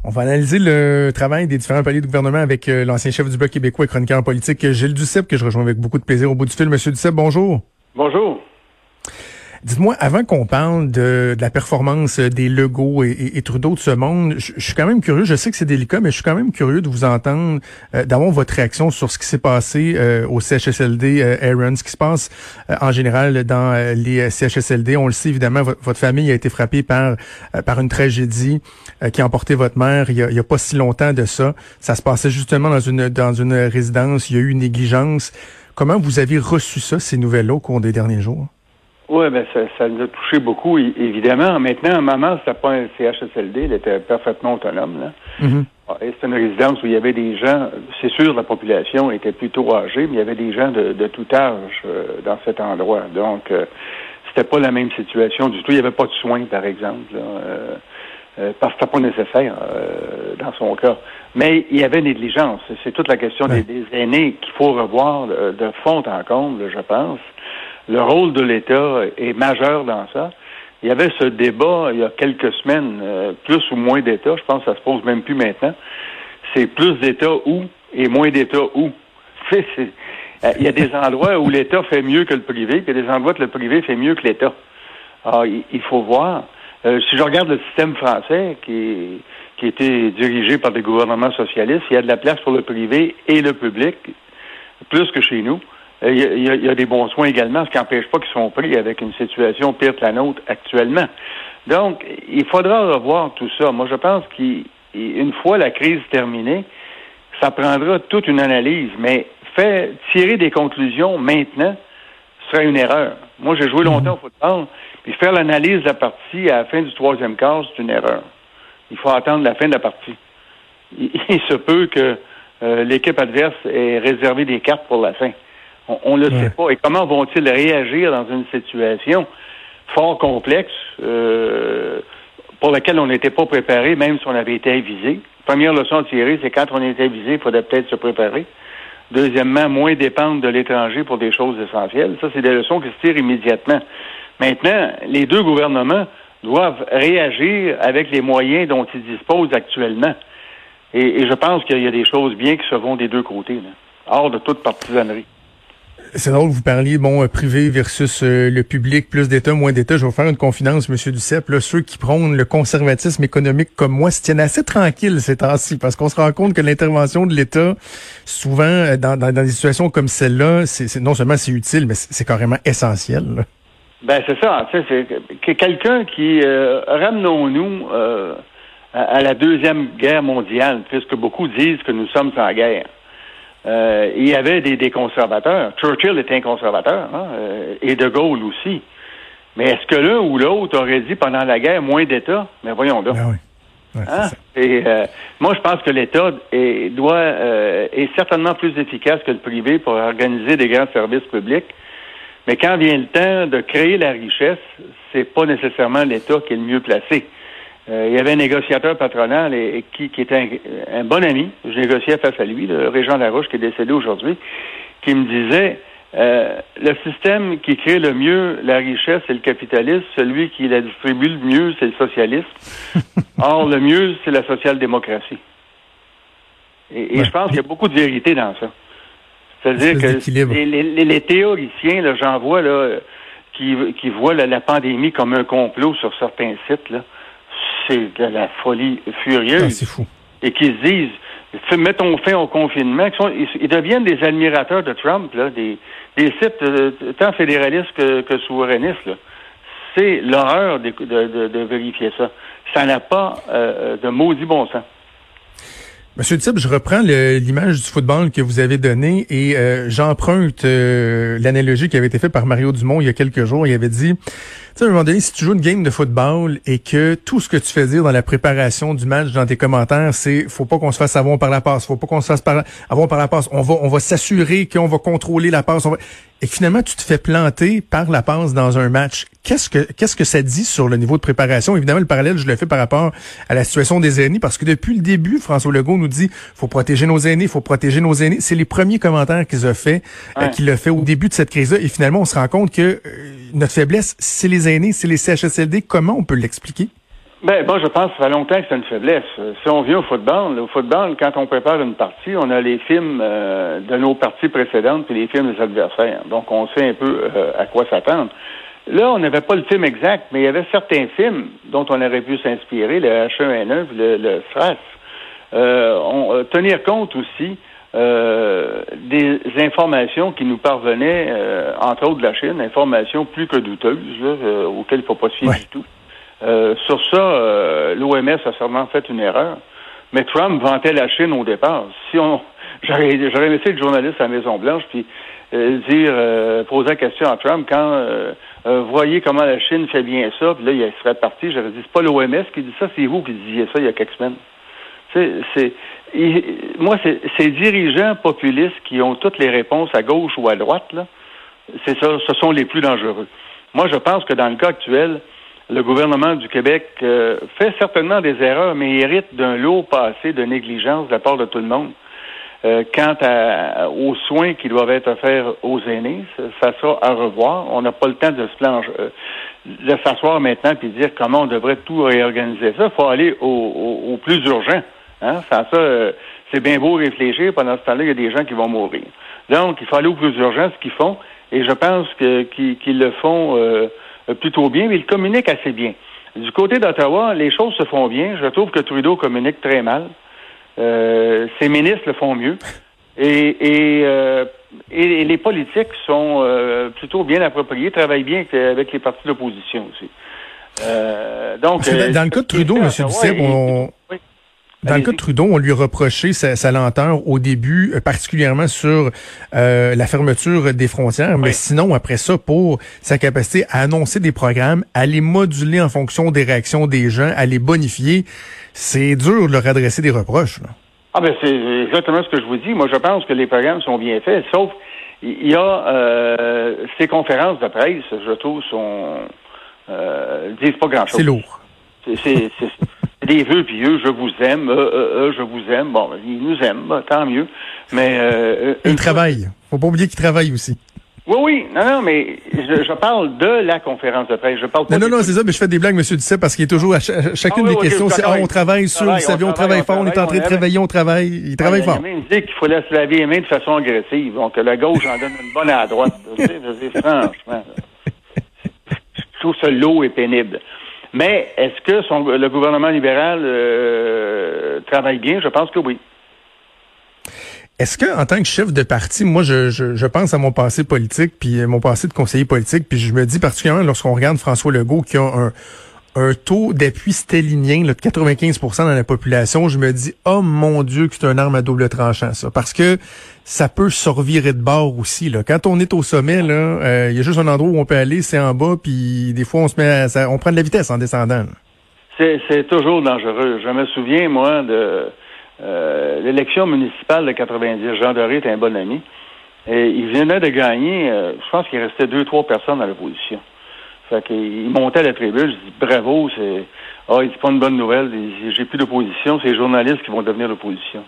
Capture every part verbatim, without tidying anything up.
On va analyser le travail des différents paliers de gouvernement avec euh, l'ancien chef du Bloc québécois et chroniqueur politique Gilles Duceppe, que je rejoins avec beaucoup de plaisir au bout du fil. Monsieur Duceppe, bonjour. Bonjour. Dites-moi, avant qu'on parle de, de la performance des Legault et, et, et Trudeau de ce monde, je, je suis quand même curieux, je sais que c'est délicat, mais je suis quand même curieux de vous entendre, euh, d'avoir votre réaction sur ce qui s'est passé euh, au C H S L D euh, Aaron, ce qui se passe euh, en général dans euh, les C H S L D. On le sait évidemment, votre, votre famille a été frappée par euh, par une tragédie euh, qui a emporté votre mère il y a, il y a pas si longtemps de ça. Ça se passait justement dans une dans une résidence, il y a eu une négligence. Comment vous avez reçu ça, ces nouvelles-là, au cours des derniers jours? Oui, ben ça, ça nous a touché beaucoup, évidemment. Maintenant, maman, c'était pas un C H S L D, elle était parfaitement autonome, là. Mm-hmm. C'est une résidence où il y avait des gens, c'est sûr, la population était plutôt âgée, mais il y avait des gens de, de tout âge euh, dans cet endroit. Donc, euh, c'était pas la même situation du tout. Il n'y avait pas de soins, par exemple, là, euh, euh, parce que c'était pas nécessaire euh, dans son cas. Mais il y avait négligence. C'est toute la question ouais. des, des aînés qu'il faut revoir de, de fond en comble, je pense. Le rôle de l'État est majeur dans ça. Il y avait ce débat il y a quelques semaines, euh, plus ou moins d'État, je pense que ça se pose même plus maintenant. C'est plus d'État où et moins d'État où. C'est, c'est, euh, il y a des endroits où l'État fait mieux que le privé, puis il y a des endroits où le privé fait mieux que l'État. Alors, il, il faut voir. Euh, si je regarde le système français, qui, qui a été dirigé par des gouvernements socialistes, il y a de la place pour le privé et le public, plus que chez nous. Il y, a, il, y a, il y a des bons soins également, ce qui n'empêche pas qu'ils sont pris avec une situation pire que la nôtre actuellement. Donc, il faudra revoir tout ça. Moi, je pense qu'une fois la crise terminée, ça prendra toute une analyse, mais faire tirer des conclusions maintenant serait une erreur. Moi, j'ai joué longtemps au football, puis faire l'analyse de la partie à la fin du troisième quart, c'est une erreur. Il faut attendre la fin de la partie. Il, il se peut que euh, l'équipe adverse ait réservé des cartes pour la fin. On ne le ouais. sait pas. Et comment vont-ils réagir dans une situation fort complexe euh, pour laquelle on n'était pas préparé, même si on avait été avisé? Première leçon à tirer, c'est quand on était avisé, il faudrait peut-être se préparer. Deuxièmement, moins dépendre de l'étranger pour des choses essentielles. Ça, c'est des leçons qui se tirent immédiatement. Maintenant, les deux gouvernements doivent réagir avec les moyens dont ils disposent actuellement. Et, et je pense qu'il y a des choses bien qui se vont des deux côtés, là, hors de toute partisanerie. C'est drôle, vous parliez, bon, euh, privé versus euh, le public, plus d'État, moins d'État. Je vais vous faire une confidence, Monsieur Duceppe. Là, ceux qui prônent le conservatisme économique comme moi se tiennent assez tranquilles ces temps-ci, parce qu'on se rend compte que l'intervention de l'État, souvent, euh, dans, dans, dans des situations comme celle-là, c'est, c'est non seulement c'est utile, mais c'est, c'est carrément essentiel. Là. Ben c'est ça. Tu sais, c'est que quelqu'un qui euh, ramenons-nous euh, à, à la deuxième guerre mondiale, puisque beaucoup disent que nous sommes en guerre. Euh, il y avait des, des conservateurs. Churchill était un conservateur, hein, euh, et De Gaulle aussi. Mais est-ce que l'un ou l'autre aurait dit pendant la guerre moins d'État? Mais voyons donc. Ben oui. Ouais, hein? Et euh, moi, je pense que l'État est, doit euh, est certainement plus efficace que le privé pour organiser des grands services publics. Mais quand vient le temps de créer la richesse, c'est pas nécessairement l'État qui est le mieux placé. Euh, il y avait un négociateur patronal et, et qui, qui était un, un bon ami. Je négociais face à lui, le Régent Larouche, qui est décédé aujourd'hui, qui me disait euh, le système qui crée le mieux la richesse, c'est le capitalisme. Celui qui la distribue le mieux, c'est le socialisme. Or, le mieux, c'est la social-démocratie. Et, et ouais. je pense qu'il y a beaucoup de vérité dans ça. C'est-à-dire que les, les, les théoriciens, là, j'en vois là, qui, qui voient là, la pandémie comme un complot sur certains sites, là. C'est de la folie furieuse. Ah, c'est fou. Et qu'ils se disent, mettons fin au confinement, ils, sont, ils, ils deviennent des admirateurs de Trump, là, des, des sites euh, tant fédéralistes que, que souverainistes. Là. C'est l'horreur de, de, de, de vérifier ça. Ça n'a pas euh, de maudit bon sens. Monsieur Duceppe, je reprends le, l'image du football que vous avez donnée et euh, j'emprunte euh, l'analogie qui avait été faite par Mario Dumont il y a quelques jours. Il avait dit, tu sais, à un moment donné, si tu joues une game de football et que tout ce que tu fais dire dans la préparation du match, dans tes commentaires, c'est faut pas qu'on se fasse avoir par la passe, faut pas qu'on se fasse par, avoir par la passe. On va, on va s'assurer qu'on va contrôler la passe. On va... Et finalement, tu te fais planter par la passe dans un match. Qu'est-ce que qu'est-ce que ça dit sur le niveau de préparation? Évidemment, le parallèle, je le fais par rapport à la situation des aînés, parce que depuis le début, François Legault nous dit faut protéger nos aînés, faut protéger nos aînés. C'est les premiers commentaires qu'ils ont fait, ouais. euh, qu'il a fait au début de cette crise-là. Et finalement, on se rend compte que euh, notre faiblesse, c'est les aînés, c'est les C H S L D. Comment on peut l'expliquer? Ben, moi, je pense que ça fait longtemps que c'est une faiblesse. Si on vient au football, au football, quand on prépare une partie, on a les films euh, de nos parties précédentes puis les films des adversaires. Donc, on sait un peu euh, à quoi s'attendre. Là, on n'avait pas le film exact, mais il y avait certains films dont on aurait pu s'inspirer, le H un N un, le, le S R A S. Euh, on, euh, tenir compte aussi euh, des informations qui nous parvenaient, euh, entre autres de la Chine, informations plus que douteuses, là, euh, auxquelles il ne faut pas se fier ouais. du tout. Euh, sur ça, euh, l'O M S a sûrement fait une erreur. Mais Trump vantait la Chine au départ. Si on, j'aurais, j'aurais aimé le journaliste à la Maison-Blanche, puis euh, dire, euh, poser la question à Trump, quand euh, euh, voyez comment la Chine fait bien ça, puis là, il serait parti, j'aurais dit, c'est pas l'O M S qui dit ça, c'est vous qui disiez ça il y a quelques semaines. C'est, c'est, il, moi, c'est, ces dirigeants populistes qui ont toutes les réponses à gauche ou à droite, là, c'est ça, ce sont les plus dangereux. Moi, je pense que dans le cas actuel, le gouvernement du Québec euh, fait certainement des erreurs, mais hérite d'un lourd passé de négligence de la part de tout le monde. Euh, quant à, aux soins qui doivent être offerts aux aînés, ça, ça sera à revoir. On n'a pas le temps de se plancher, euh, de s'asseoir maintenant et dire comment on devrait tout réorganiser ça. Il faut aller au, au, au plus urgent. Hein? Sans ça, euh, c'est bien beau réfléchir. Pendant ce temps-là, il y a des gens qui vont mourir. Donc, il faut aller au plus urgent, ce qu'ils font. Et je pense que, qu'ils, qu'ils le font euh, plutôt bien, mais ils communiquent assez bien. Du côté d'Ottawa, les choses se font bien. Je trouve que Trudeau communique très mal. Euh, ses ministres le font mieux. Et, et, euh, et, et les politiques sont euh, plutôt bien appropriés, travaillent bien avec, avec les partis d'opposition aussi. Euh, donc, dans, dans le cas de Trudeau, M. Duceppe, on... Oui. Dans Allez-y. le cas de Trudeau, on lui reprochait sa, sa lenteur au début, particulièrement sur euh, la fermeture des frontières, oui. mais sinon, après ça, pour sa capacité à annoncer des programmes, à les moduler en fonction des réactions des gens, à les bonifier, c'est dur de leur adresser des reproches. Là. Ah ben c'est exactement ce que je vous dis. Moi, je pense que les programmes sont bien faits, sauf il y a euh, ces conférences de presse, je trouve, sont euh, disent pas grand-chose. C'est lourd. C'est, c'est, c'est, c'est des vœux pieux, je vous aime, euh, euh, euh, je vous aime. Bon, ils nous aiment, bah, tant mieux. Mais euh, ils travaillent. Faut pas oublier qu'ils travaillent aussi. Oui, oui, non, non, mais je, je parle de la conférence de presse. Je parle pas non, non, non, des... c'est ça, mais je fais des blagues, M. Duceppe, parce qu'il est toujours à ch- à chacune ah, oui, des okay, questions, c'est ah, on travaille sur, vous savez, on travaille fort, on est en train de travailler, on travaille. Il travaille fort. Il a même dit qu'il fallait se laver les mains de façon agressive. Donc, la gauche en donne une bonne à la droite. Je sais, franchement. Je trouve ça lourd et pénible. Mais est-ce que son, le gouvernement libéral euh, travaille bien? Je pense que oui. Est-ce que, en tant que chef de parti, moi, je, je, je pense à mon passé politique, puis mon passé de conseiller politique, puis je me dis particulièrement lorsqu'on regarde François Legault qui a un, un taux d'appui stélinien là, de quatre-vingt-quinze pour cent dans la population, je me dis, oh mon Dieu, que c'est une arme à double tranchant, ça. Parce que ça peut se revirer de bord aussi. Là. Quand on est au sommet, là, euh, il y a juste un endroit où on peut aller, c'est en bas, puis des fois, on se met à, ça, on prend de la vitesse en descendant. C'est, c'est toujours dangereux. Je me souviens, moi, de... Euh, l'élection municipale de quatre-vingt-dix, Jean Doré était un bon ami. Et il venait de gagner, euh, je pense qu'il restait deux, trois personnes dans l'opposition. Fait qu'il montait à la tribune, je dis bravo, c'est ah, il dit pas une bonne nouvelle, il, j'ai plus d'opposition, c'est les journalistes qui vont devenir l'opposition.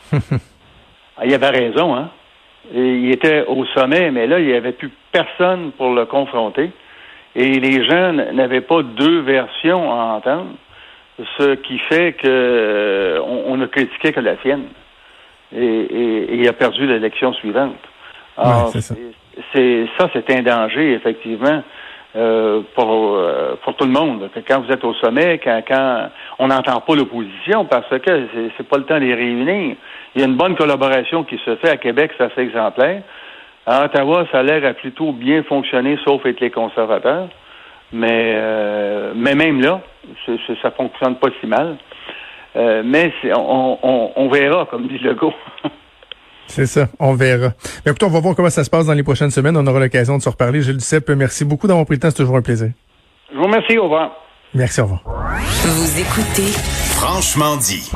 Ah, il avait raison, hein. Et il était au sommet, mais là, il n'y avait plus personne pour le confronter. Et les gens n'avaient pas deux versions à entendre. Ce qui fait que euh, on, on ne critiquait que la sienne. Et, et, et il a perdu l'élection suivante. Alors, ouais, c'est ça. C'est, c'est, ça, c'est un danger, effectivement, euh, pour, euh, pour tout le monde. Quand vous êtes au sommet, quand, quand on n'entend pas l'opposition, parce que c'est, c'est pas le temps de les réunir. Il y a une bonne collaboration qui se fait à Québec, c'est assez exemplaire. À Ottawa, ça a l'air à plutôt bien fonctionner, sauf avec les conservateurs. Mais euh, mais même là, c'est, c'est, ça fonctionne pas si mal. Euh, mais c'est, on, on, on verra, comme dit Legault. C'est ça, on verra. Mais écoutez, on va voir comment ça se passe dans les prochaines semaines. On aura l'occasion de se reparler. Gilles Duceppe, merci beaucoup d'avoir pris le temps. C'est toujours un plaisir. Je vous remercie. Au revoir. Merci, au revoir. Vous écoutez Franchement dit.